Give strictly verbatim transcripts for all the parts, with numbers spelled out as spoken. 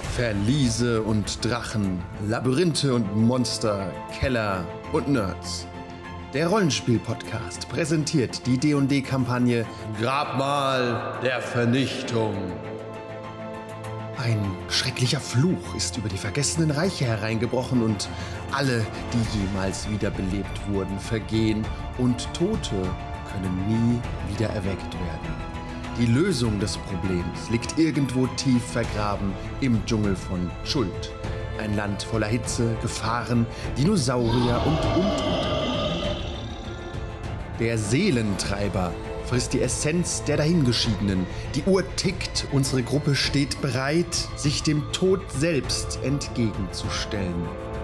Verliese und Drachen, Labyrinthe und Monster, Keller und Nerds. Der Rollenspiel-Podcast präsentiert die D und D-Kampagne Grabmal der Vernichtung. Ein schrecklicher Fluch ist über die vergessenen Reiche hereingebrochen und alle, die jemals wiederbelebt wurden, vergehen und Tote können nie wieder erweckt werden. Die Lösung des Problems liegt irgendwo tief vergraben im Dschungel von Schuld. Ein Land voller Hitze, Gefahren, Dinosaurier und Untote. Der Seelentreiber frisst die Essenz der Dahingeschiedenen. Die Uhr tickt, unsere Gruppe steht bereit, sich dem Tod selbst entgegenzustellen.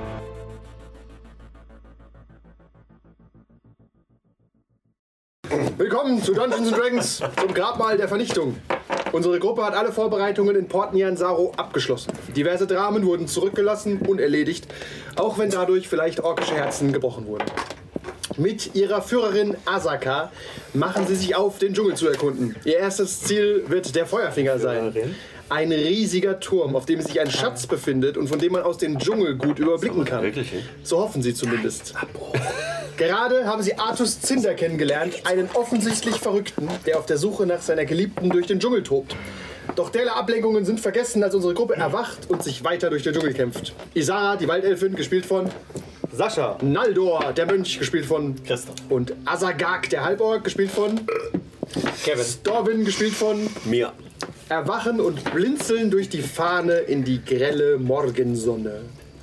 Willkommen zu Dungeons and Dragons zum Grabmal der Vernichtung. Unsere Gruppe hat alle Vorbereitungen in Port Nyansaru abgeschlossen. Diverse Dramen wurden zurückgelassen und erledigt, auch wenn dadurch vielleicht orkische Herzen gebrochen wurden. Mit ihrer Führerin Asaka machen sie sich auf, den Dschungel zu erkunden. Ihr erstes Ziel wird der Feuerfinger sein. Ein riesiger Turm, auf dem sich ein Schatz befindet und von dem man aus den Dschungel gut überblicken kann. So hoffen sie zumindest. Gerade haben sie Artus Zinder kennengelernt, einen offensichtlich Verrückten, der auf der Suche nach seiner Geliebten durch den Dschungel tobt. Doch derlei Ablenkungen sind vergessen, als unsere Gruppe erwacht und sich weiter durch den Dschungel kämpft. Isara, die Waldelfin, gespielt von Sascha. Naldor, der Mönch, gespielt von Christoph. Und Asagak, der Halborg, gespielt von Kevin. Storwin, gespielt von Mir. Erwachen und blinzeln durch die Fahne in die grelle Morgensonne.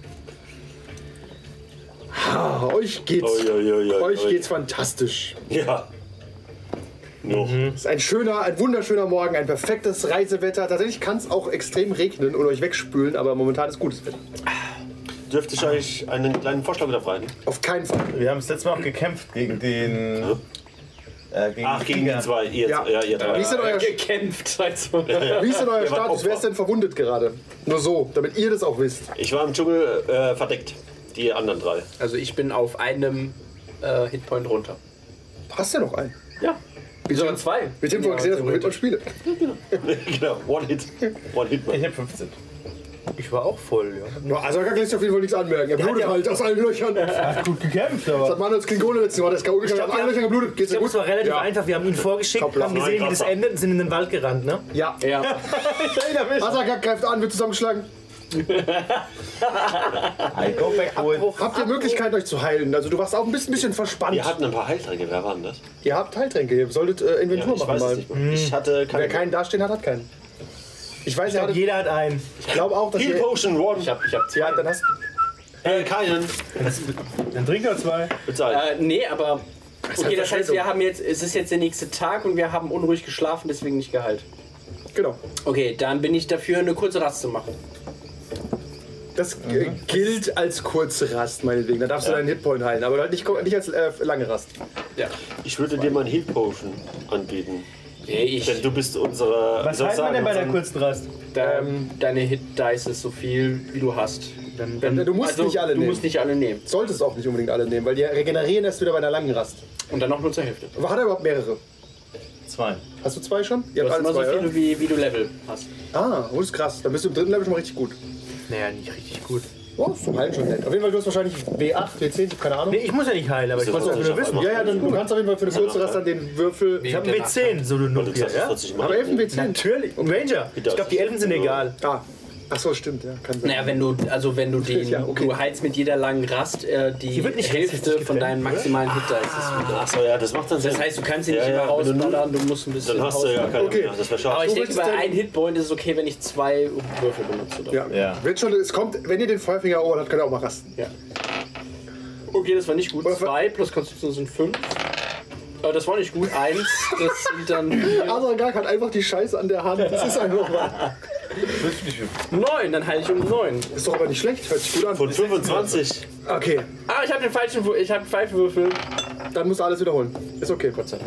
Ha, euch geht's, Oi, oi, oi, oi, euch oi. geht's fantastisch. Ja. Noch. Es ist ein schöner, ein wunderschöner Morgen, ein perfektes Reisewetter. Tatsächlich kann es auch extrem regnen und euch wegspülen, aber momentan ist gutes Wetter. Dürfte ich euch einen kleinen Vorschlag wieder fragen? Auf keinen Fall. Wir haben das letzte Mal auch gekämpft gegen den. Ja. Äh, gegen Ach, gegen die zwei. Ihr, Ja. ja. ihr drei. Wie ist denn euer, gekämpft. Also. wie ist denn euer Wir waren Status? Wer ist denn verwundet gerade? Nur so, damit ihr das auch wisst. Ich war im Dschungel äh, verdeckt. Die anderen drei. also ich bin auf einem äh, Hitpoint runter. Hast du ja noch einen? Ja. Wieso an zwei? Mit dem vorher gesehen, dass man mit euch spiele. Genau. One Hit. One Hit. Ich hab fünfzehn. Ich war auch voll, ja. No, also da lässt sich auf jeden Fall nichts anmerken. Er blutet ja- halt aus allen Löchern. Das Hat gut gekämpft, aber. hat man als Klingone letztes Mal. Das K O gegangen, hat alle Löcher geblutet. Geht's Ich dir glaube, gut? es war relativ Ja. einfach. Wir haben ihn vorgeschickt, Top haben gesehen, wie das endet und sind in den Wald gerannt, ne? Ja. Ja. Asaka greift an, wird zusammengeschlagen. I go backward. Habt ihr Möglichkeit, euch zu heilen? Also du warst auch ein bisschen, bisschen verspannt. Wir hatten ein paar Heiltränke. Wer war denn das? Ihr habt Heiltränke, ihr solltet äh, Inventur ich machen weiß mal. es nicht mehr. Ich hatte keine. Wer keinen dastehen hat, hat keinen. Ich weiß, Ich ihr glaube, hattet, jeder hat einen. ich glaube auch, dass Heal ihr... Potion One. Ich hab, ich hab zwei. Ja, dann hast Äh, keinen. Dann trink doch zwei. Bezahlt. Äh, nee, aber. Okay, halt das heißt, wir haben jetzt. Es ist jetzt der nächste Tag und wir haben unruhig geschlafen, deswegen nicht geheilt. Genau. Okay, dann bin ich dafür, eine kurze Rast zu machen. Das äh, gilt als kurze Rast, meinetwegen. Da darfst du deinen Hitpoint heilen, aber halt nicht, nicht als äh, lange Rast. Ja. Ich würde dir mal ein Heal Potion anbieten. Ich, Denn du bist unsere. Was soll ich heißt man denn bei der unseren- kurzen Rast? ähm, deine Hit-Dice ist so viel, wie du hast. Dann, dann, Du musst also, nicht alle du nehmen. musst nicht alle nehmen. Solltest auch nicht unbedingt alle nehmen, weil die regenerieren erst wieder bei einer langen Rast. Und dann noch nur zur Hälfte. Aber hat er überhaupt mehrere? Zwei. Hast du zwei schon? Ihr Du habt hast alle immer so zwei, viele, oder? wie, wie du Level hast. Ah, oh, das ist krass. Dann bist du im dritten Level schon mal richtig gut. Naja, nicht richtig gut. Oh, ist zum Heilen schon nett. Auf jeden Fall, du hast wahrscheinlich W acht, W zehn, ich hab keine Ahnung. Nee, ich muss ja nicht heilen, aber ich Das wollte es ist einfach nur auf wissen. einmal. Ja, ja, dann du kannst auf jeden Fall für eine kurze Rast dann den Würfel... Ich habe einen W zehn, so du Du Null hier, sagst, das ja? wird sich immer- Aber elf W zehn. Natürlich. Und Ranger. Ich glaube, die Elfen sind egal. Ah, ach so, stimmt, ja, kann sein. Naja, wenn du, also wenn du den, Ja, okay. du heilst mit jeder langen Rast äh, die, Die wird nicht Hälfte richtig von deinen gefällt, maximalen Hit-Dice wieder. Achso, ja, das macht dann Sinn. Das heißt, du kannst ihn Ja, nicht ja, immer wenn du rausballern, du musst ein bisschen Dann hast du ja rausballern. keine Okay. mehr. Das wäre Aber schade. ich Du denke, willst bei dann- einem Hitpoint ist es okay, wenn ich zwei Würfel benutze. Oder? Ja. Ja. Wird schon, es kommt, wenn ihr den Feuerfinger erobert habt, könnt ihr auch mal rasten. Ja. Okay, das war nicht gut. Oder- Zwei plus Konstitution sind fünf. Aber das war nicht gut. Eins, das sind dann vier. Asagak hat einfach die Scheiße an der Hand. Das ist einfach wahr. neun. Dann heile ich um neun. Ist doch aber nicht schlecht, hört sich gut an. Von fünfundzwanzig. Okay, Ah, ich habe den falschen, Wür- ich habe falschen Würfel. dann musst du alles wiederholen. Ist okay, Gott sei Dank.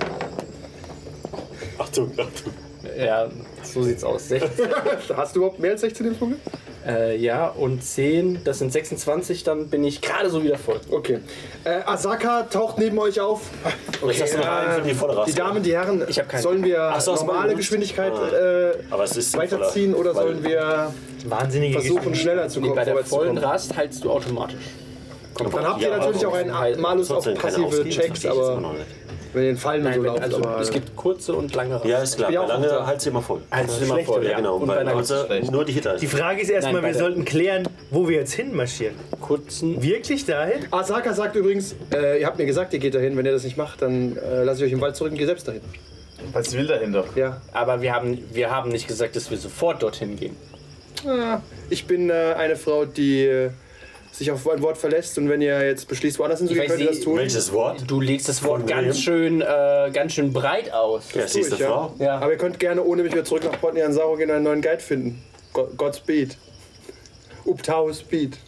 Achtung, Achtung. Ja, so sieht's aus. sechzehn. Hast du überhaupt mehr als sechzehn Lebenspunkte? Äh, ja, und zehn, das sind sechsundzwanzig, dann bin ich gerade so wieder voll. Okay. Äh, Asaka taucht neben euch auf. Jetzt hast du noch einen für die volle Rasse. Die Damen, die Herren, Ich hab keinen. sollen wir Ach so, hast du mal normale gewusst? Geschwindigkeit Ah. äh, Aber es ist sinnvoller, weiterziehen oder weil- sollen wir Wahnsinnige versuchen, Geschichte. schneller zu Nee, kommen? bei der vorwärts zu vollen kommen? Rast heilst du automatisch. Dann habt Ja, ihr natürlich aber auch einen halt Malus auf trotzdem keine passive ausgeben, das Checks, verstehe ich jetzt aber immer noch nicht. wenn ihr den Fallen und Nein, so wenn, lauft. also aber es gibt kurze und lange Rast. Ja, ist klar. bin Bei auch lange unter- halt sie immer voll. Heilst du immer schlecht, voll, Ja, genau. Und Und bei bei einer kurzer nur die Hitter. Die Frage ist erstmal, Nein, bei wir der- sollten klären, wo wir jetzt hinmarschieren. kurzen... Wirklich dahin? Asaka sagt übrigens, äh, ihr habt mir gesagt, ihr geht dahin. Wenn ihr das nicht macht, dann äh, lasse ich euch im Wald zurück und gehe selbst dahin. Was will dahinter? Ja. Aber wir haben, wir haben nicht gesagt, dass wir sofort dorthin gehen. Ah, ich bin äh, eine Frau, die äh, sich auf ein Wort verlässt und wenn ihr jetzt beschließt, woanders hinzugehen, Ich könnt ihr weiß das tun. Welches Wort? Du legst das Wort Von ganz wem? schön, äh, ganz schön breit aus. Ja, sie ist ich, eine ja. Frau. Ja. Aber ihr könnt gerne ohne mich wieder zurück nach Port Nianzaro gehen und einen neuen Guide finden. Go Godspeed. Uptau Speed.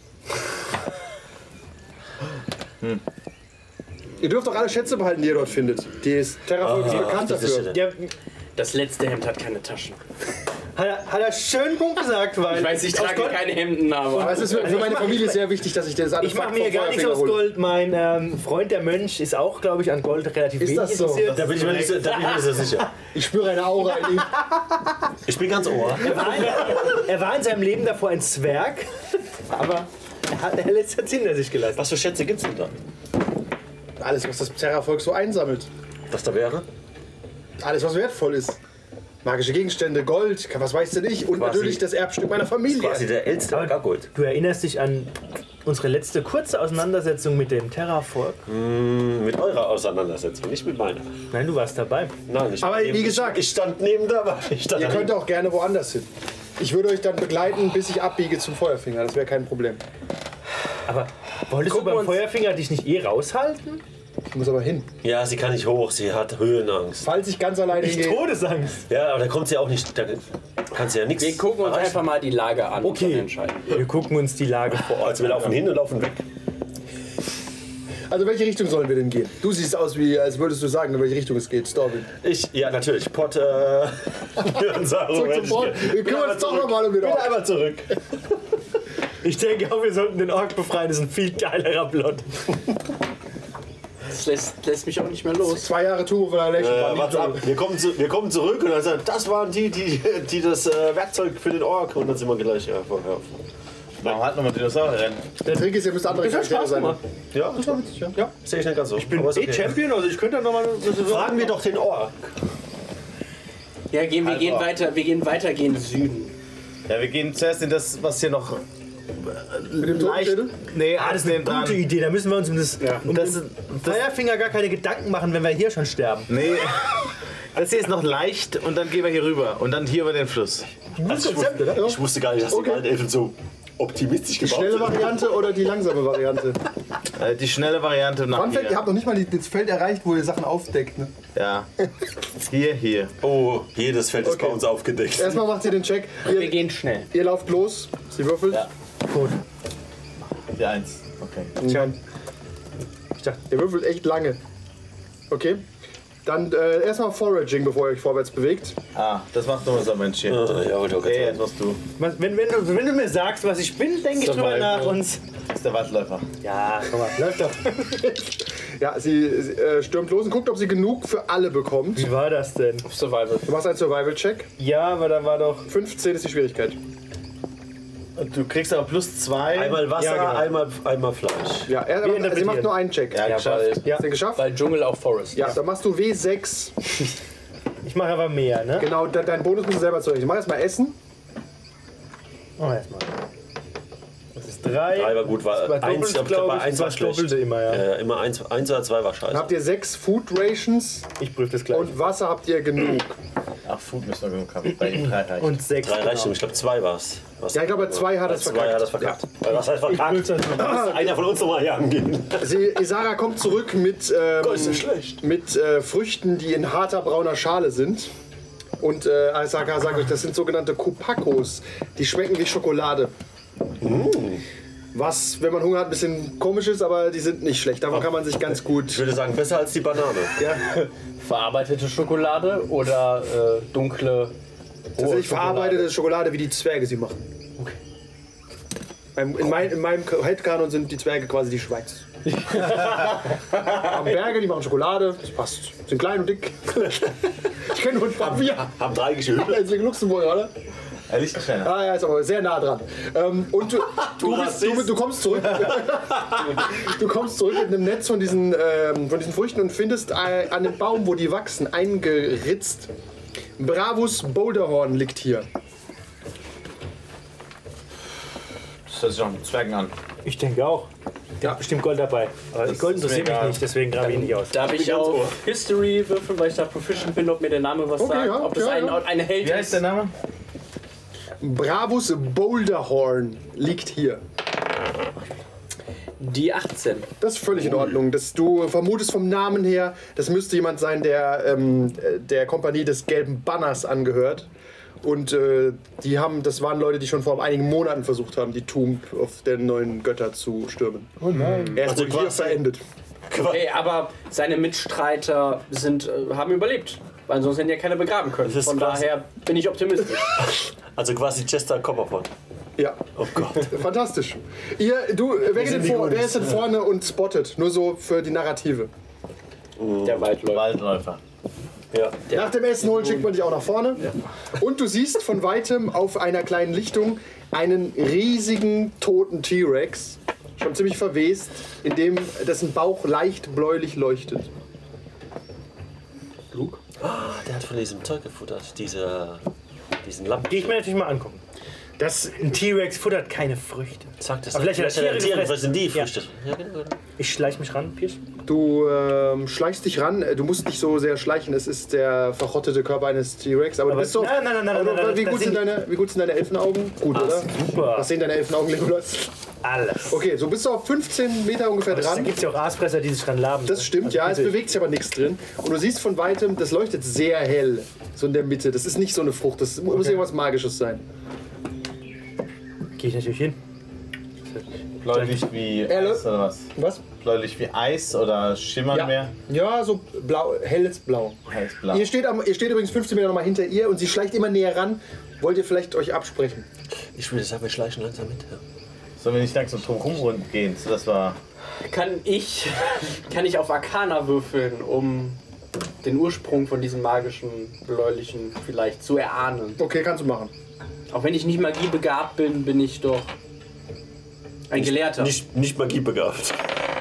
hm. Ihr dürft auch alle Schätze behalten, die ihr dort findet. Die ist Terrafolk ist bekannt das dafür. ist Ja, Das letzte Hemd hat keine Taschen. hat er, hat er schön Punkt gesagt, weil... Ich weiß, ich aus trage Gold- keine Hemden, aber... Aber es ist für Also ich meine mach- Familie sehr wichtig, dass ich das alles Ich mache mir gar nichts aus Gold. Mein ähm, Freund, der Mönch, ist auch, glaube ich, an Gold relativ Ist wenig das so? interessiert. Da bin ich mir nicht, so- da bin ich mir nicht so sicher. Ich spüre eine Aura in ihm. Ich bin ganz ohr. Er war, in, er war in seinem Leben davor ein Zwerg, aber er hat er lässt das hinter sich gelassen. Was für Schätze gibt's denn da? Alles, was das Terrafolk so einsammelt. Was da wäre? Alles, was wertvoll ist. Magische Gegenstände, Gold, was weiß denn ich. Und Quasi- natürlich das Erbstück meiner Familie. Quasi der älteste Gargold. Du erinnerst dich an unsere letzte kurze Auseinandersetzung mit dem Terrafolk? Mit eurer Auseinandersetzung, nicht mit meiner. Nein, du warst dabei. Nein, ich Aber war wie neben- gesagt- ich stand neben da, aber ich stand Ihr könnt auch gerne woanders hin. Ich würde euch dann begleiten, bis ich abbiege zum Feuerfinger. Das wäre kein Problem. Aber wolltest Gucken du beim wir uns- Feuerfinger dich nicht eh raushalten? Ich muss aber hin. Ja, sie kann nicht hoch, sie hat Höhenangst. Falls ich ganz alleine Ich hingehe. Todesangst. Ja, aber da kommt sie auch nicht, da kann sie ja nichts Wir gucken uns erreichen. einfach mal die Lage an und Okay. dann entscheiden. Wir gucken uns die Lage vor Ort Also wir laufen hin und laufen weg. Also welche Richtung sollen wir denn gehen? Du siehst aus, wie als würdest du sagen, in welche Richtung es geht. Storby. Ich, ja natürlich, Pott, äh... Zurück zum Port. Wir kümmern uns doch nochmal um den Bitte Ort. einmal zurück. Ich denke auch, wir sollten den Ork befreien. Das ist ein viel geilerer Plot. Das lässt, lässt mich auch nicht mehr los. Zwei Jahre Tour von Annihilation. Äh, waren nicht warte so- ab. Wir kommen, zu, wir kommen zurück und dann sagen, das waren die, die, die das äh, Werkzeug für den Ork. Und dann sind wir gleich, ja, vorher. Warum hat nochmal Dinosaurier rennen? Der Trick ist, ihr müsst andere Charaktere sein. Ja, das war witzig, ja. ja. Sehe ich nicht ganz so. Ich bin Eh Champion, also ich könnte dann nochmal... Fragen wir doch den Ork. Ja, gehen, wir, gehen weiter, wir gehen weiter, gehen Süden. Ja, wir gehen zuerst in das, was hier noch. Mit dem Totenschädel? Nee, Ah, das ist eine gute Idee. Da müssen wir uns um das, um Das, das das, Feuerfinger gar keine Gedanken machen, wenn wir hier schon sterben. nee. Das hier ist noch leicht und dann gehen wir hier rüber. Und dann hier über den Fluss. Also ich, wusste, ich wusste gar nicht, dass die Waldelfen so optimistisch Die gebaut schnelle sind. Variante oder die langsame Variante? Äh, die schnelle Variante nach Fun Fact, ihr hier. habt noch nicht mal die- das Feld erreicht, wo ihr Sachen aufdeckt. Ne? Ja. Hier, hier. Oh, jedes Feld ist Okay. bei uns aufgedeckt. Erstmal macht ihr den Check. Wir Ihr, gehen schnell. ihr lauft los. Sie würfelt. Ja. Gut. Die Eins. Okay. Tja. Ich dachte, ihr würfelt echt lange. Okay. Dann äh, erstmal Foraging, bevor ihr euch vorwärts bewegt. Ah, das macht nur unser Mensch hier. Ah, ja, wollte ich auch Okay, gerade jetzt sagen. machst du. Was- Wenn, wenn, du, wenn du mir sagst, was ich bin, denke ich drüber Survival. nach uns. Das ist der Waldläufer. Ja, komm mal. Läuft doch. Ja, sie, sie äh, stürmt los und guckt, ob sie genug für alle bekommt. Wie war das denn? Survival. Du machst einen Survival-Check. Ja, aber da war doch... fünfzehn ist die Schwierigkeit. Und du kriegst aber plus zwei. Einmal Wasser, Ja, genau. einmal, einmal Fleisch. Ja, er, Wir aber, sie interpretieren. macht nur einen Check. Ja, Ja, geschafft. weil, Ja. Hast du den geschafft? weil Dschungel auch Forest. Ja, dann machst du W sechs. Ich mache aber mehr, ne? Genau, de deinen Bonus musst du selber zurechnen. Mach erstmal Essen. Oh, erstmal. Das ist drei. Drei war gut, war war eins, doppelt, ich glaube, glaub bei ich. eins Das war war schlecht. doppelte immer, ja. Äh, immer eins, eins oder zwei war Dann scheiße. habt ihr sechs Food Rations Ich prüfe das gleich. und Wasser habt ihr genug. Ach, Food müssen wir genug haben. Bei ihm drei reicht. Und sechs. Drei reicht genau. ich glaube zwei war es. Ja, ich glaube, bei zwei hat Bei es zwei verkackt. hat es verkackt. Weil Was heißt Ich verkackt? prüfe das nochmal. Muss einer von uns nochmal jagen gehen. Sie, Isara kommt zurück mit, ähm, Gott, ist das schlecht. mit äh, Früchten, die in harter brauner Schale sind. Und äh, Asaka sagt euch, das sind sogenannte Kupakos. Die schmecken wie Schokolade. Was, wenn man Hunger hat, ein bisschen komisch ist, aber die sind nicht schlecht. Davon kann man sich ganz Ich gut... würde sagen, besser als die Banane. Ja, Verarbeitete Schokolade oder äh, dunkle. tatsächlich verarbeitete Schokolade, wie die Zwerge sie machen. In, mein, in meinem Headcanon sind die Zwerge quasi die Schweiz. Haben Berge, die machen Schokolade, das passt. Sind klein und dick. Ich kenne nur ein paar Bier. Haben drei Geschirr. Das ist Luxemburg, oder? Ja, Liechtensteiner. Ah ja, ist aber sehr nah dran. Ähm, und du, du, bist, du, du kommst zurück. Du kommst zurück mit einem Netz von diesen, ähm, von diesen Früchten und findest äh, an dem Baum, wo die wachsen, eingeritzt. Bravus Boulderhorn liegt hier. Das hört sich noch mit Zwergen an. Ich denke auch. Der hat bestimmt Gold dabei. Aber Das Gold ist interessiert mir mich egal. nicht, deswegen grabe ich ihn nicht aus. Darf ich ganz auf ohr. History würfeln, weil ich da proficient bin, ob mir der Name was Okay, sagt? ja, Ob das ja, ein, ja. eine Held Wie heißt der Name? Bravus Boulderhorn liegt hier. Die achtzehn. Das ist völlig in Ordnung. Das, du vermutest vom Namen her, das müsste jemand sein, der ähm, der Kompanie des Gelben Banners angehört. Und äh, die haben, das waren Leute, die schon vor einigen Monaten versucht haben, die Tomb auf der neuen Götter zu stürmen. Oh nein. Er ist Also wohl hier quasi- verendet. Okay, aber seine Mitstreiter sind, äh, haben überlebt. Weil sonst hätten ja keiner begraben können. Das ist Von krass. daher bin ich optimistisch. Also quasi Chester Copperpot. Ja. Oh Gott. Fantastisch. Ihr, du, wer, geht denn vor, wer ist denn vorne und spottet? Nur so für die Narrative. Der Waldläufer. Waldläufer. Ja. Nach dem Essen holen schickt man dich auch nach vorne. Und du siehst von weitem auf einer kleinen Lichtung einen riesigen toten T-Rex, schon ziemlich verwest, in dem dessen Bauch leicht bläulich leuchtet. Der hat von diesem Zeug gefuttert. Diese, diesen Lampen. Die ich mir natürlich mal angucken. Das, ein T-Rex futtert keine Früchte. Sagt das Aber vielleicht hat er Tiere Tiere, gefressen. was sind die Ja. Früchte? Ja, genau. Ich schleiche mich ran, Pirsch. Du ähm, schleichst dich ran, du musst nicht so sehr schleichen, es ist der verrottete Körper eines T-Rex. Aber, Aber du bist so. nein, nein, nein, nein, aber nein, nein, wie, das gut sind sind- deine, wie gut sind deine Elfenaugen? Gut, oder? Super. Was sehen deine Elfenaugen, Legolas? Alles. Okay, so bist du auf fünfzehn Meter ungefähr Da dran. gibt es ja auch Aasfresser, die sich dran laben. Das stimmt, Also ja, es bitte. bewegt sich aber nichts drin. Und du siehst von weitem, das leuchtet sehr hell, so in der Mitte. Das ist nicht so eine Frucht, das muss irgendwas Magisches sein. Gehe ich natürlich hin. Bläulicht wie Erle- Eis oder was? Was? Bläulicht wie Eis oder schimmern Ja, mehr? ja so blau, helles Blau. Heiß blau. Ihr steht, am, ihr steht übrigens fünfzehn Meter nochmal hinter ihr und sie schleicht immer näher ran. Wollt ihr vielleicht euch absprechen? Ich würde sagen, wir schleichen langsam hinterher. Sollen wir nicht langsam drum rum gehen? So, das war. Kann ich, kann ich auf Arcana würfeln, um den Ursprung von diesem magischen, bläulichen vielleicht zu erahnen? Okay, kannst du machen. Auch wenn ich nicht magiebegabt bin, bin ich doch ein Gelehrter. Nicht, nicht magiebegabt.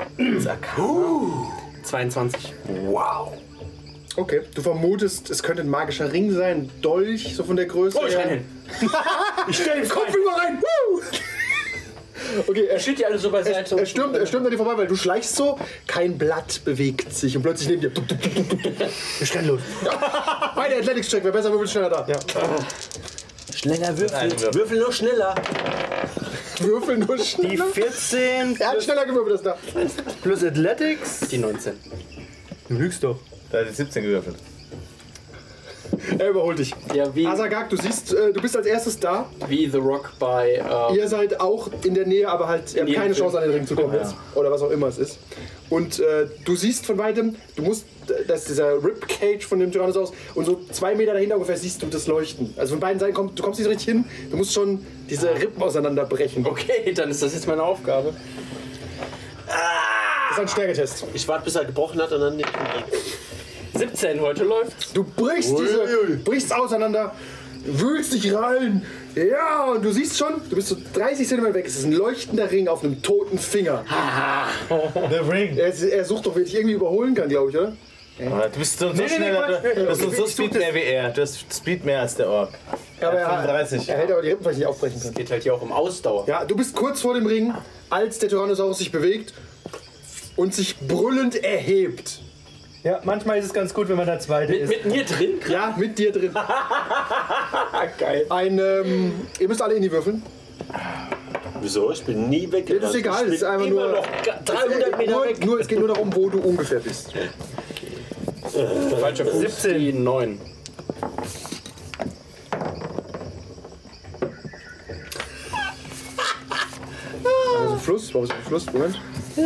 zweiundzwanzig. Wow. Okay, du vermutest, es könnte ein magischer Ring sein, ein Dolch, so von der Größe. Oh, ich her. renn hin. Ich stell den Kopf über rein. Woo! Okay, er, Steht ihr alle so beiseite? er, stürmt, er stürmt an dir vorbei, weil du schleichst so, kein Blatt bewegt sich und plötzlich neben dir. Tup, tup, tup, tup, tup. Ich renn los. Beide Athletics-Check, wer besser würfelt, schneller da. Ja. Schneller würfeln. Nein, wir- Würfel noch schneller. Würfel nur Die schneller. vierzehn Er hat schneller gewürfelt als da. plus Athletics. Die neunzehn. Du lügst doch. Da hat die siebzehn gewürfelt. Er überholt dich. Ja, wie, Asagak, du siehst, äh, du bist als erstes da. wie The Rock bei... Äh, Ihr seid auch in der Nähe, aber halt, ihr habt jedem keine Film. Chance an den Ring zu kommen jetzt. Oder was auch immer es ist. Und äh, du siehst von weitem, du musst, das ist dieser Ribcage von dem Tyrannosaurus, und so zwei Meter dahinter ungefähr siehst du das Leuchten. Also von beiden Seiten kommst du kommst nicht so richtig hin, du musst schon diese Rippen auseinanderbrechen. okay, dann ist das jetzt meine Aufgabe. Das ist ein Stärketest. Ich warte, bis er gebrochen hat und dann nicht. siebzehn, heute läuft's. Du brichst diese, brichst auseinander, wühlst dich rein. Ja, und du siehst schon, du bist so dreißig Zentimeter weg. Es ist ein leuchtender Ring auf einem toten Finger. The Ring. Er, er sucht doch, wer dich irgendwie überholen kann, glaube ich, oder? Aber du bist so, so nee, nee, schneller. Quatsch. Du, du hast Okay, so ich Speed such mehr wie er. Du hast Speed mehr als der Ork. Ja, aber er, fünfunddreißig. er hätte aber die Rippen vielleicht nicht aufbrechen können. Geht halt hier auch um Ausdauer. Ja, du bist kurz vor dem Ring, als der Tyrannosaurus sich bewegt und sich brüllend erhebt. Ja, manchmal ist es ganz gut, wenn man der Zweite Mit, ist. mit mir drin? Ja, mit dir drin. Geil. Ein, ähm, ihr müsst alle in die würfeln. Wieso? Ich bin nie weg. Das ist egal, es ist einfach immer nur, noch dreihundert Meter nur, weg. nur, es geht nur darum, wo du ungefähr bist. Falscher Fuß. siebzehn. Die neun. Also Fluss, warum ist ein Fluss? Moment.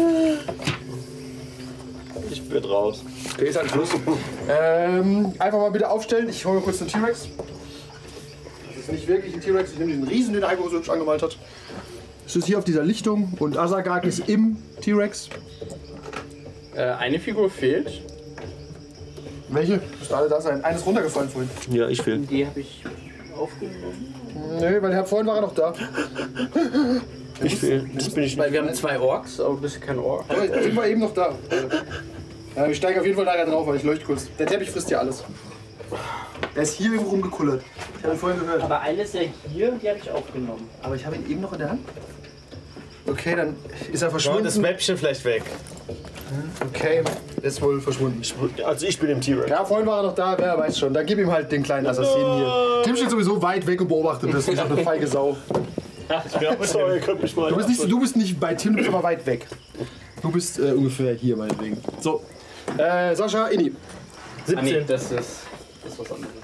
Ich bin raus. Okay, ist halt ein Fluss. Ähm, einfach mal bitte aufstellen. Ich hole mir kurz den T-Rex. Das ist nicht wirklich ein T-Rex. Ich nehme den Riesen, den Algo so hübsch angemalt hat. Es ist hier auf dieser Lichtung und Asagak ist im T-Rex. Äh, eine Figur fehlt. Welche? Müssten alle da sein. Eines runtergefallen vorhin. Ja, ich will. Die habe ich aufgenommen. Nö, weil Herr vorhin war er noch da. Ich will. Das bin ich Weil nicht. wir haben zwei Orks, aber du bist kein Ork. Aber ich war eben noch da. Ja, ich steige auf jeden Fall nachher drauf, weil ich leuchte kurz. Der Teppich frisst ja alles. Der ist hier irgendwo rumgekullert. Ich habe ihn vorhin gehört. Aber eine ist ja hier und die habe ich aufgenommen. Aber ich habe ihn eben noch in der Hand. Okay, dann ist er Schau verschwunden. das Mäppchen vielleicht weg. Okay, er ist wohl verschwunden. Also ich bin im T-Rex. Ja, vorhin war er noch da, wer weiß schon. Dann gib ihm halt den kleinen Assassinen hier. Tim steht sowieso weit weg und beobachtet das. Wie so eine feige Sau. Sorry, könnt mich mal. Du bist, nicht, du bist nicht bei Tim, du bist aber weit weg. Du bist äh, ungefähr hier, meinetwegen. So. Äh, Sascha, Inni. Ah, nee, das ist, das ist was anderes.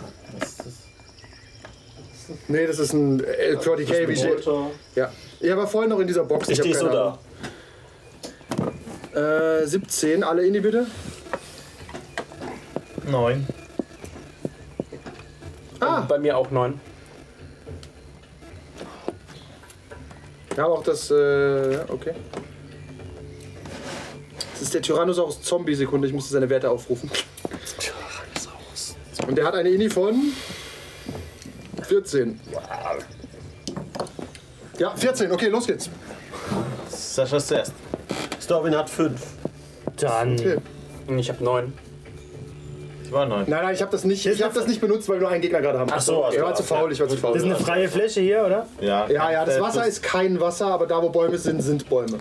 Nee, das ist ein äh, forty K wie steht. Ja. Ich war vorhin noch in dieser Box. Ich hab stehe so keine da. Ahnung. Äh, siebzehn, alle Inni bitte. Neun. Ah, Bei mir auch neun. wir haben auch das, äh, ja, okay. Das ist der Tyrannosaurus Zombie, Sekunde, ich musste seine Werte aufrufen. Und der hat eine Inni von vierzehn. Ja, vierzehn, okay, los geht's. Sascha ist zuerst. Storwin hat fünf. Dann. Okay. Und ich habe neun. Ich war neun. Nein, nein, ich habe das nicht, ich habe das nicht benutzt, weil wir nur einen Gegner gerade haben. Ach so, ich war zu faul, ich war zu faul. Das ist eine freie Fläche hier, oder? Ja, Ja, ja, das Äh, Wasser ist kein Wasser, aber da wo Bäume sind, sind Bäume.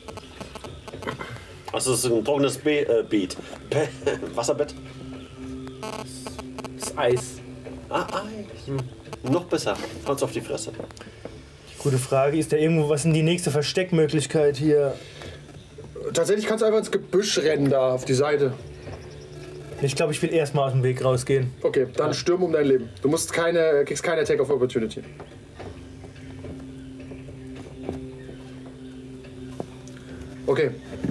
Also es ist ein trockenes Be äh, Beet. Be Wasserbett. Das ist Eis. Ah, Eis. Noch besser. Haut's auf die Fresse. Gute Frage. Ist da irgendwo, was ist denn die nächste Versteckmöglichkeit hier? Tatsächlich kannst du einfach ins Gebüsch rennen da auf die Seite. Ich glaube, ich will erstmal aus dem Weg rausgehen. Okay, dann stürm um dein Leben. Du musst keine, kriegst keine Attack of Opportunity. Okay.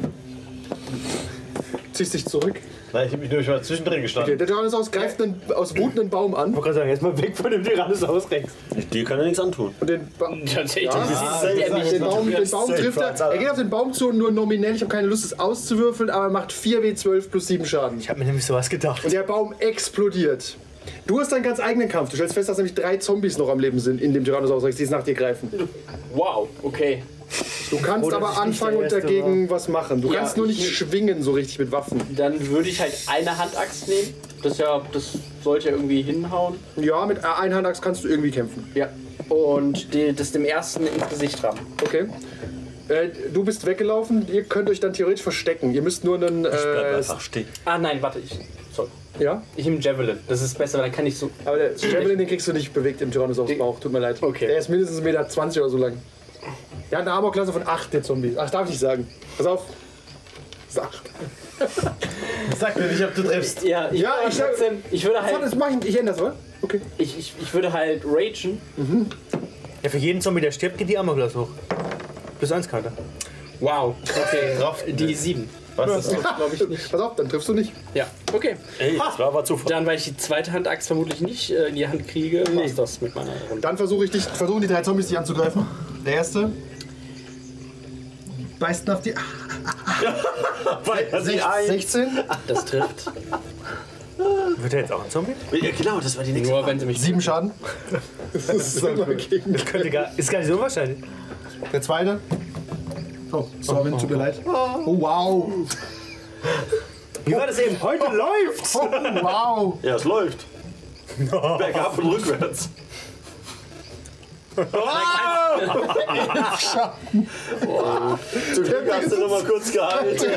Ziehst dich zurück. Nein, ich habe mich nur mal zwischendrin Okay, gestanden. der Tyrannosaurus greift einen aus Wut einen Baum an. Ich wollte gerade sagen, erstmal weg von dem Tyrannosaurus Rex. Dir kann er nichts antun. Und den, ba Tatsächlich. Ja, den Baum, den Baum Safe trifft er. Alter. Er geht auf den Baum zu und nur nominell. Ich habe keine Lust, es auszuwürfeln, aber er macht vier W zwölf plus sieben Schaden. Ich habe mir nämlich sowas gedacht. Und der Baum explodiert. Du hast deinen ganz eigenen Kampf. Du stellst fest, dass nämlich drei Zombies noch am Leben sind in dem Tyrannosaurus Rex, die es nach dir greifen. Wow, okay. Du kannst Oder aber dass ich nicht anfangen der und Erste dagegen was machen. Du Ja, kannst nur nicht ich- schwingen so richtig mit Waffen. Dann würde ich halt eine Handaxt nehmen. Das, ja, das sollte ja irgendwie hinhauen. Ja, mit Einhandachs kannst du irgendwie kämpfen. Ja. Und die, das dem ersten ins Gesicht rammen. Okay. Äh, du bist weggelaufen. Ihr könnt euch dann theoretisch verstecken. Ihr müsst nur einen... Bleib Äh, einfach stehen. Ah nein, warte, ich. Sorry. ja, Ich nehme Javelin. Das ist besser, weil dann kann ich so. aber der Javelin, den kriegst du nicht bewegt im Tyrannosaurus Bauch. Tut mir leid. Okay. Der ist mindestens ein Meter zwanzig oder so lang. Der hat eine Armorklasse von acht, der Zombie. Ach, darf ich nicht sagen. Pass auf. Sag. Sag mir nicht, ob du triffst. Ja, ich, Ja, würde ich- trotzdem, ich würde Warte, halt. das mach ich, ich ändere das, oder? Okay. Ich, ich, ich würde halt ragen. Ja, für jeden Zombie, der stirbt, geht die Armorglas hoch. Plus eins Karte. Wow. Okay. Drauf. Die sieben. Was ist das? Glaube ich nicht. Pass auf, dann triffst du nicht. Ja. Okay. Ey, das war aber Zufall. Dann, weil ich die zweite Handaxt vermutlich nicht äh, in die Hand kriege, nee. war's das mit meiner Runde. Dann versuche ich dich, versuchen die drei Zombies dich anzugreifen. Der erste beißt nach die Weil er sich ein. sechzehn, Das trifft. Wird er jetzt auch ein Zombie? Ja, genau, das war die nächste. Nur wenn sie mich. sieben Schaden. Das ist immer gegen. Das könnte gar, ist gar nicht so unwahrscheinlich. Der zweite. Oh, sorry, tut mir leid. Oh, wow. Wie war das eben? Heute läuft's! Oh, wow. Ja, es läuft. Bergab und rückwärts. Zum Glück hast du noch mal kurz gehalten.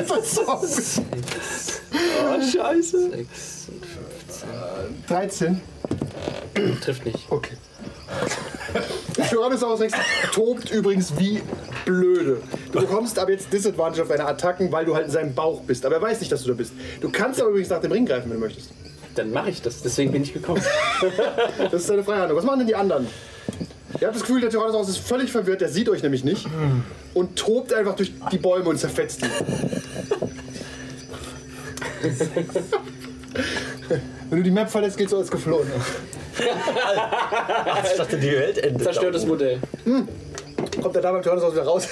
Oh, scheiße. dreizehn. Trifft nicht. Okay. Der Tyrannosaurus Rex tobt übrigens wie blöde. Du bekommst aber jetzt Disadvantage auf deine Attacken, weil du halt in seinem Bauch bist. Aber er weiß nicht, dass du da bist. Du kannst aber übrigens nach dem Ring greifen, wenn du möchtest. Dann mache ich das. Deswegen bin ich gekommen. Das ist deine Freihandlung. Was machen denn die anderen? Ihr habt das Gefühl, der Tyrannosaurus ist völlig verwirrt, der sieht euch nämlich nicht. Und tobt einfach durch die Bäume und zerfetzt die. Wenn du die Map verlässt, geht's so als geflohen. Ich dachte, die Welt endet. Zerstörtes Modell. Kommt der da beim Tyrannosaurus wieder raus?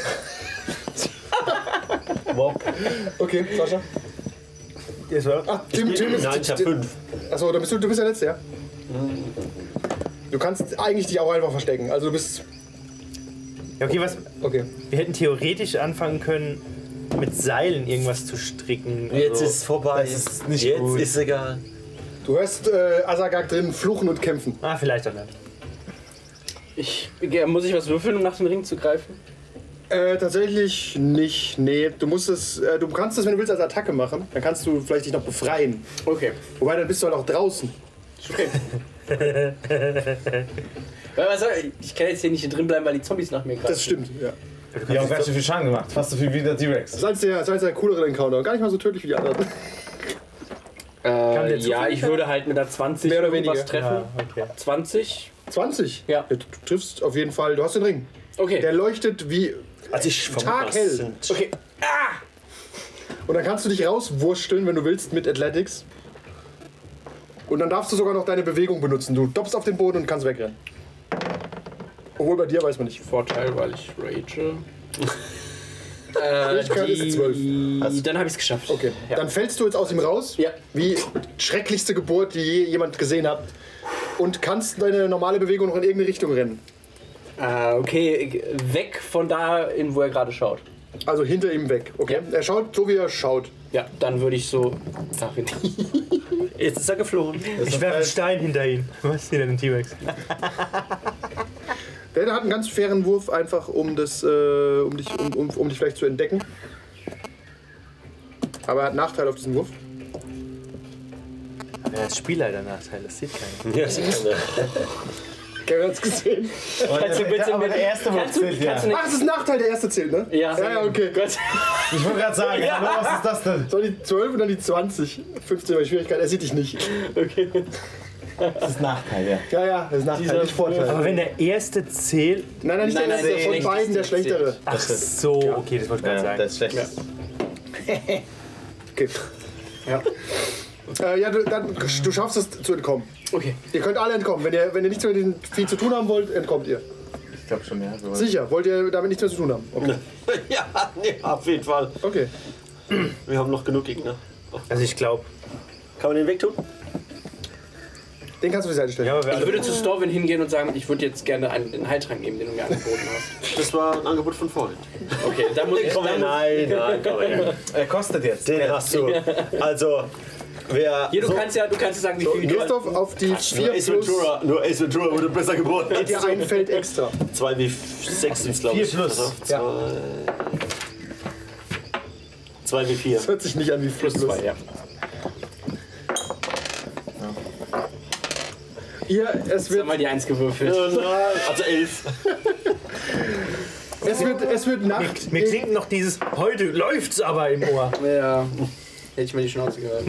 Wow. Okay, Sascha. Yes, sir. Ach, Tim, Tim ist... Nein, ich hab fünf. Achso, du bist, du bist der Letzte, ja? Du kannst eigentlich dich auch einfach verstecken. Also du bist... Ja, okay, was? Okay. Wir hätten theoretisch anfangen können, mit Seilen irgendwas zu stricken. Jetzt Also, ist es vorbei. Das ist nicht Jetzt gut. ist es egal. Du hörst äh, Asagak drin fluchen und kämpfen. Ah, vielleicht auch nicht. Ich, muss ich was würfeln, um nach dem Ring zu greifen? Äh, tatsächlich nicht. Nee, du musst es, äh, du kannst es, wenn du willst, als Attacke machen. Dann kannst du vielleicht dich noch befreien. Okay. Wobei, dann bist du halt auch draußen. Okay. Weil, was soll, ich kann jetzt hier nicht drin bleiben, weil die Zombies nach mir greifen. Das stimmt, ja. Die haben ganz schön viel Schaden gemacht. Fast so viel wie der T-Rex. Das ist eines der, das ist eines der cooleren Encounter. Gar nicht mal so tödlich wie die anderen. Äh, der ja, zufällig ich würde halt mit der zwanzig Mehr oder irgendwas weniger. treffen. Ja, okay. zwanzig? zwanzig? Ja. Du triffst auf jeden Fall. Du hast den Ring. Okay. Der leuchtet wie Also ich taghell. Okay. Und dann kannst du dich rauswursteln, wenn du willst, mit Athletics. Und dann darfst du sogar noch deine Bewegung benutzen. Du doppst auf den Boden und kannst wegrennen. Obwohl bei dir weiß man nicht. Vorteil, weil ich rage. äh, Fähigkeit ist zwölf. Dann habe ich es geschafft. Okay, Ja. dann fällst du jetzt aus ihm raus. Ja. Wie schrecklichste Geburt, die je jemand gesehen hat. Und kannst deine normale Bewegung noch in irgendeine Richtung rennen. Äh, okay, weg von da, in wo er gerade schaut. Also hinter ihm weg, okay? Er schaut so, wie er schaut. Ja, dann würde ich so dahin. Jetzt ist er geflohen. Ich werfe einen Stein hinter ihn. Was ist denn ein T-Rex? Der hat einen ganz fairen Wurf, einfach um, das, äh, um, dich, um, um, um dich vielleicht zu entdecken. Aber er hat Nachteil auf diesen Wurf. Ja, als Spielleiter Nachteil, das sieht keiner. Ja, das ist Kevin hat's gesehen. Kannst du bitte aber mit- der erste Wurf kannst du- zählt ja. kannst du nicht- Ach, das ist ein Nachteil, der erste zählt, ne? Ja, Ja, ja, okay. Gott. Ich wollte gerade sagen, Ja. hallo, was ist das denn? So, die zwölf und dann die zwanzig. fünfzehn bei Schwierigkeit, er sieht dich nicht. Okay. Das ist Nachteil, ja. Ja, ja, das ist Nachteil, Dieser nicht Vorteil. Aber wenn der erste zählt. Nein, nein, nicht Nein, der nein, erste, der von schlechteste beiden der schlechtere. zählt. Ach so, okay, das wollte ich gerade Ja, sagen. das ist schlecht. Ja. Okay. Ja. Äh, ja, du, dann, du schaffst es zu entkommen. Okay. Ihr könnt alle entkommen. Wenn ihr, wenn ihr nichts mehr mit diesem Vieh zu tun haben wollt, entkommt ihr. Ich glaube schon, ja. So. Sicher, wollt ihr damit nichts mehr zu tun haben? Okay. ja, nee, auf jeden Fall. Okay. Wir haben noch genug Gegner. Also ich glaube. Kann man den wegtun? Den kannst du auf die Seite stellen. Ja, aber wir Ich alle, würde zu Storwin hingehen und sagen, ich würde jetzt gerne einen, den Heiltrank nehmen, den du mir angeboten hast. Das war ein Angebot von vorhin. Okay, dann muss ich. Komm her, Dann muss, nein, nein, komm her. Er kostet jetzt. Den hast du. Also, wer. hier, du so, kannst ja, du kannst ja sagen, wie So, viel du. Christoph, auf die nur vier Ace plus Ventura, nur Ace Ventura wurde besser geboren. geht ihr ein Feld extra. zwei wie sechs sind es, glaube ich. Vier plus. Also, Ja. zwei wie vier. Das hört sich nicht an wie Fluss. Zwei, ja. Ihr, es Jetzt wird, haben wir die eins gewürfelt. Äh, nein, also elf. es wird, es wird Nacht. mir klingt noch dieses heute läuft's aber im Ohr. Ja. Hätte ich mal die Schnauze gehört.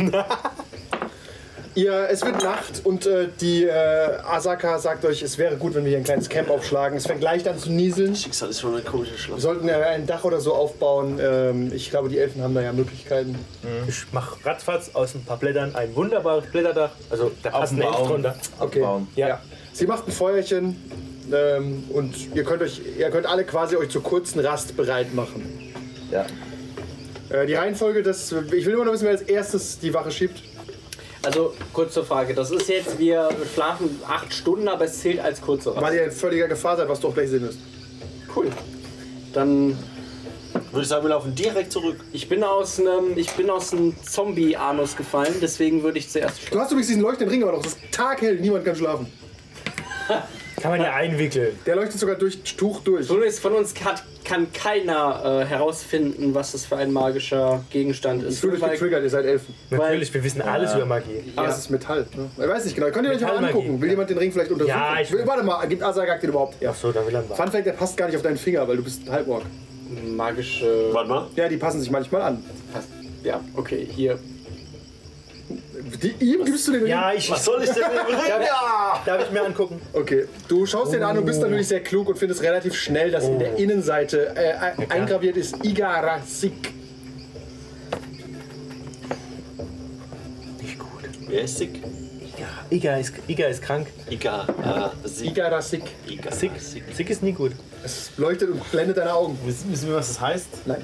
Ihr, es wird Nacht und äh, die äh, Asaka sagt euch, es wäre gut, wenn wir hier ein kleines Camp aufschlagen. Es fängt leicht an zu nieseln. Schicksal ist schon ein komischer Wir Schloss. sollten äh, ein Dach oder so aufbauen. Ähm, ich glaube, die Elfen haben da ja Möglichkeiten. Ich mach ratzfatz aus ein paar Blättern ein wunderbares Blätterdach. Also da passt dem ein Elf Baum. drunter. Okay. Baum. Ja. Sie macht ein Feuerchen ähm, und ihr könnt, euch, ihr könnt alle quasi euch zur kurzen Rast bereit machen. Ja. Äh, die Reihenfolge, das, ich will immer noch wissen, wer als erstes die Wache schiebt. Also, kurze Frage. Das ist jetzt, wir schlafen acht Stunden, aber es zählt als kurze Rast. Weil ihr in völliger Gefahr seid, was du auch gleich sehen wirst. Cool. Dann, Würde ich sagen, wir laufen direkt zurück. ich bin aus einem, ich bin aus einem Zombie-Anus gefallen, deswegen würde ich zuerst Du hast übrigens diesen leuchtenden Ring aber noch. Es ist taghell, niemand kann schlafen. Kann man ja einwickeln. Der leuchtet sogar durch Tuch durch. Von uns, von uns kann, kann keiner äh, herausfinden, was das für ein magischer Gegenstand Ich ist. fühle euch Weil- getriggert, ihr seid Elfen. Natürlich, wir wissen alles über Magie. Aber es ist Metall. Ne? Ich weiß nicht genau. Könnt ihr euch mal Metallmagie. angucken? Will jemand den Ring vielleicht untersuchen? Ja, ich- Will- Warte mal, gibt Asagak den überhaupt? Ja. Ach so, da will er mal. Fun Fact, der passt gar nicht auf deinen Finger, weil du bist ein Halborg. magische. Warte mal. Ja, die passen sich manchmal an. Ja, okay, hier. Die, ihm gibst du den Ring? Ja, ich. Was soll ich denn mit dem Ring? Ja! Darf ich mir angucken? Okay. Du schaust den an und bist natürlich sehr klug und findest relativ schnell, dass in der Innenseite äh, ein- eingraviert ist Igarasik. Nicht gut. Wer ist sick? Ja, Iga ist, Iga ist krank. Iga, äh, Sieg. Iga Rasik. Iga. Sick. Sick ist nie gut. Es leuchtet und blendet deine Augen. Wissen, wissen wir, was das heißt? Nein.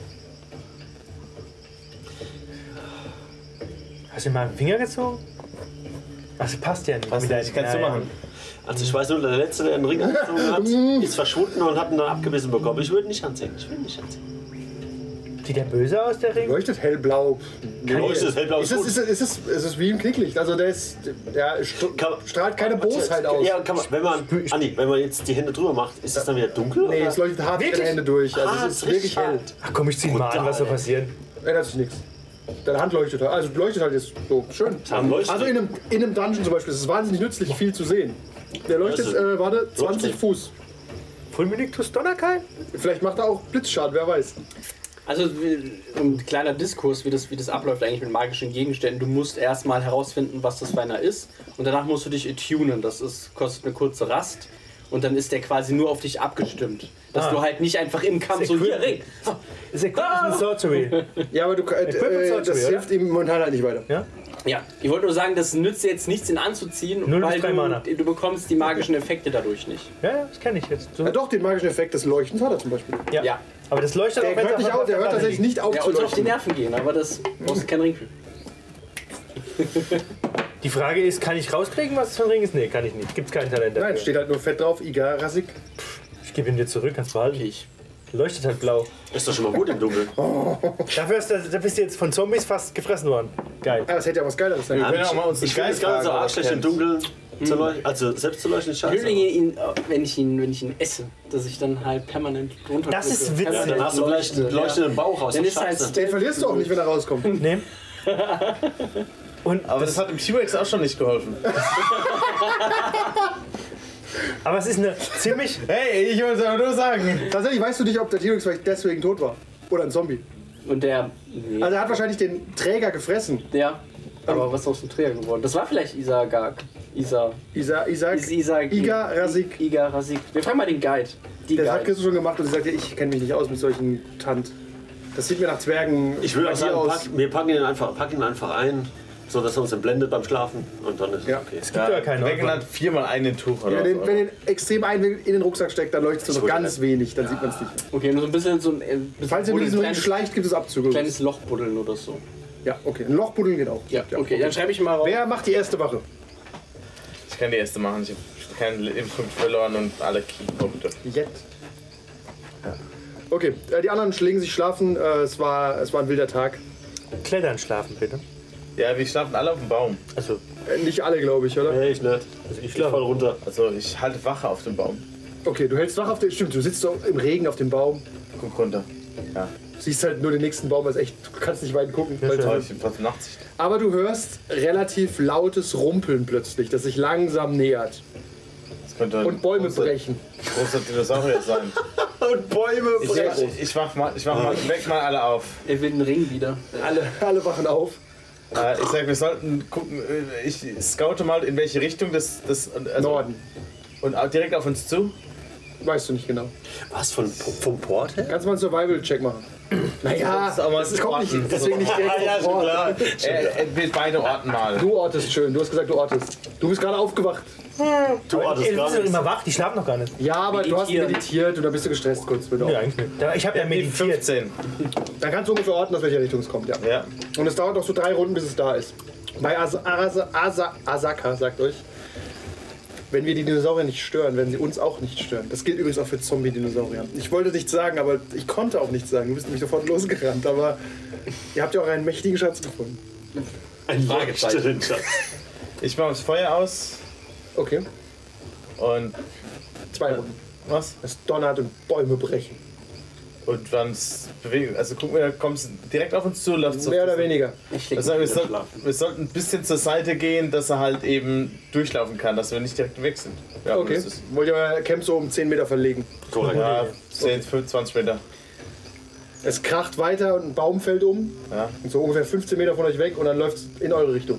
Hast du ihm mal einen Finger gezogen? Ach, das passt ja nicht. Passt mit nicht, kannst du Naja. machen. Also ich weiß nur, der Letzte, der einen Ring angezogen hat, ist verschwunden und hat ihn dann abgebissen bekommen. Ich würde nicht anziehen. Ich will nicht anziehen. Sieht der böse aus, der Ring? Leuchtet hellblau. Leuchtet hellblau Ist es, ist, es, ist, es, ist es wie im Knicklicht. Also der ist, der st Kann- strahlt keine Bosheit aus. Ja, kann man, wenn man, Andi, wenn man jetzt die Hände drüber macht, ist das dann wieder dunkel? Nee, oder? es leuchtet hart Wirklich? deine Hände durch. Also Ah, es ist wirklich hell. Ach komm, ich zieh ihn mal an, was soll passieren? Ändert sich nichts. Deine Hand leuchtet halt. Also leuchtet halt jetzt so. Schön. Am Leuchten. Also in einem, in einem Dungeon zum Beispiel ist es wahnsinnig nützlich, viel zu sehen. Der leuchtet, Also, äh, warte, zwanzig leuchtet. Fuß. Fulminictus Donnerkeil? Vielleicht macht er auch Blitzschaden, wer weiß. Also ein kleiner Diskurs, wie das, wie das abläuft eigentlich mit magischen Gegenständen. Du musst erstmal herausfinden, was das für einer ist. Und danach musst du dich attunen. Das ist, kostet eine kurze Rast. Und dann ist der quasi nur auf dich abgestimmt. Dass Ah. du halt nicht einfach im Kampf Ist so der hier cool. Ring. Das ist Equipment and Sorcery. Ja, aber du, äh, Equipment äh, Surgery, das oder? hilft ihm momentan halt nicht weiter. Ja? Ja, ich wollte nur sagen, das nützt jetzt nichts, ihn anzuziehen, Null bis weil drei Mana. du, du bekommst die magischen Effekte dadurch nicht. Ja, ja, das kenne ich jetzt. So. Ja, doch, den magischen Effekt des Leuchtens hat er zum Beispiel. Ja. Ja. Aber das leuchtet Der auch, wenn's hört, nicht auf- auf, der hört tatsächlich nicht auf Ja, zu uns auf die leuchten. Nerven gehen, aber das brauchst du keinen Ring für. Die Frage ist, kann ich rauskriegen, was das für ein Ring ist? Nee, kann ich nicht. Gibt's kein Talent dafür. Nein, steht halt nur fett drauf, Iga Rasik. Ich gebe ihn dir zurück, kannst behalten. Ich. Leuchtet halt blau. Ist doch schon mal gut im Dunkeln. Dafür ist, da bist du jetzt von Zombies fast gefressen worden. Geil. Ah, das hätte ja was Geileres sein Wir können. können auch mal uns Ich finde es gar nicht so arg schlecht im Dunkeln zu leuchten. Also selbst zu leuchten ist Ich scheiße. will ihn, wenn ich ihn, wenn ich ihn esse, dass ich dann halt permanent drunter Das ist gucke. witzig. Ja, dann hast du vielleicht einen leuchtenden Bauch aus. Dann Das ist halt scheiße. Den verlierst du auch nicht, wenn er rauskommt. Nee. Und, Aber das hat dem T-Rex auch schon nicht geholfen. aber es ist eine ziemlich... Hey, ich wollte es aber nur sagen. Tatsächlich weißt du nicht, ob der T-Rex vielleicht deswegen tot war. Oder ein Zombie. Und der, nee, Also er hat wahrscheinlich den Träger gefressen. der, aber was ist aus dem Träger geworden? Das war vielleicht Isa Gag. Isa. Isa, Isaac, Is, Isa Iga Rasik. Iga Rasik. Wir fragen mal den Guide. Die Das hat Guide. Chris schon gemacht und sie sagte, ich kenne mich nicht aus mit solchen Tant. Das sieht mir nach Zwergen Ich will auch Magie sagen, aus. pack, wir packen ihn, einfach, packen ihn einfach ein, so dass er uns entblendet beim Schlafen und dann ist Ja. es okay. Es gibt ja, keinen Regan Ort. hat viermal einen Tuch oder Ja, den, so. wenn den extrem einwickelt in den Rucksack steckt, dann leuchtet es Ich nur noch wollte ganz nicht. wenig, dann sieht man es nicht. Okay, nur so ein bisschen so ein. äh, bisschen Falls ihr mit buddeln, diesem Ring kleines, schleicht, gibt es Abzüge. kleines Loch buddeln oder so. Ja, okay. Ein Loch buddeln geht auch. Ja, okay, dann schreibe ich mal raus. Wer macht die erste Wache? Ich kann die erste machen. Ich habe keinen Lebenspunkt verloren und alle Keypunkte. Jet. Okay, äh, die anderen schlägen sich schlafen. Äh, es, war, es war ein wilder Tag. Klettern schlafen, bitte. Ja, wir schlafen alle auf dem Baum. Also, Äh, nicht alle, glaube ich, oder? Nee, ich nicht. also ich Ich fall schlafe. runter. Also ich halte Wache auf dem Baum. Okay, du hältst wach auf den. Stimmt, du sitzt so im Regen auf dem Baum. Guck runter. Ja, Siehst halt nur den nächsten Baum, also echt, du kannst nicht weit gucken. weil- aber ich bin trotzdem Nachtsicht. Aber du hörst relativ lautes Rumpeln plötzlich, das sich langsam nähert. Das könnte Und Bäume großer, brechen. großer Dinosaurier sein. Und Bäume Ich, ich, ich wach mal, ich wach mal, weck mal alle auf. Er will den Ring wieder. Alle, alle wachen auf. Äh, ich sag, wir sollten gucken, äh, ich scoute mal in welche Richtung das, das also, Norden. und auch direkt auf uns zu. Weißt du nicht genau. Was, von, vom Port her? Kannst du mal einen Survival-Check machen? Naja, Das ist auch mal das kommt nicht, Orten. deswegen nicht direkt ja, auf schon Ort. klar. Äh, äh, wir beide orten mal. Du ortest schön, du hast gesagt, du ortest. Du bist gerade aufgewacht. Du Ey, ortest du bist gar doch nichts. immer wach, die schlafen noch gar nicht. Ja, aber du hast Meditieren. meditiert und dann bist du gestresst kurz. Bitte. Nee, eigentlich nicht. Da- Ich habe ja meditiert. fünfzehn. Dann kannst du ungefähr orten, aus welcher Richtung es kommt, ja. Ja. Und es dauert noch so drei Runden, bis es da ist. Bei Asa, Asa, Asa, Asaka, sagt euch, wenn wir die Dinosaurier nicht stören, werden sie uns auch nicht stören. Das gilt übrigens auch für Zombie-Dinosaurier. Ich wollte nichts sagen, aber ich konnte auch nichts sagen. Du bist nämlich sofort losgerannt, aber ihr habt ja auch einen mächtigen Schatz gefunden. Ein Fragezeichen. Ich mache das Feuer aus Okay, und zwei Runden. was? Es donnert und Bäume brechen. Und dann bewegen. Also gucken wir, kommst direkt auf uns zu, läuft Mehr oder weniger. Ich leg Also wir, mich wieder sollten, schlafen. wir sollten ein bisschen zur Seite gehen, dass er halt eben durchlaufen kann, dass wir nicht direkt weg sind. Ja, Okay, das ist- wollt ihr euer Camp so um zehn Meter verlegen. Korrekt. Ja, zehn, fünfundzwanzig Meter. Es kracht weiter und ein Baum fällt um. Ja. Und so ungefähr fünfzehn Meter von euch weg und dann läuft es in eure Richtung.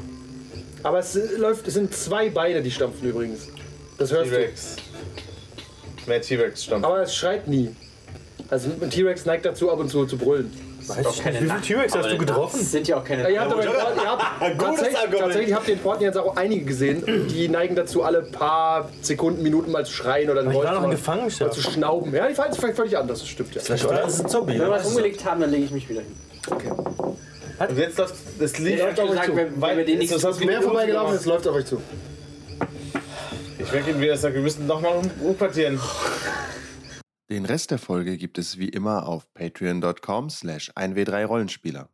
Aber es, äh, läuft, es sind zwei Beine, die stampfen übrigens. Das hörst du. T-Rex. Mehr T-Rex stammt. Aber es schreit nie. Also ein T-Rex neigt dazu, ab und zu zu brüllen. Weißt du, wie viele T-Rex hast du getroffen? Das sind ja auch keine. Ihr habt, aber, ihr habt tatsächlich, Argument. tatsächlich habt ihr in Portnian auch einige gesehen, die neigen dazu, alle paar Sekunden, Minuten mal zu schreien oder ein Ich war noch in mal, mal Gefangenschaft. zu schnauben. Ja, die fallen völlig völlig anders, das stimmt ja. Oder das ist ein Zombie. Wenn wir ne? was umgelegt haben, dann lege ich mich wieder hin. Und jetzt läuft das Lied. Ich hab gesagt, wenn, wenn wir den nicht das Es ist mehr vorbeigelaufen, es läuft auf euch zu. Ich werde ihm wieder sagen, wir müssen nochmal umquartieren. Den Rest der Folge gibt es wie immer auf patreon dot com slash eins w drei Rollenspieler.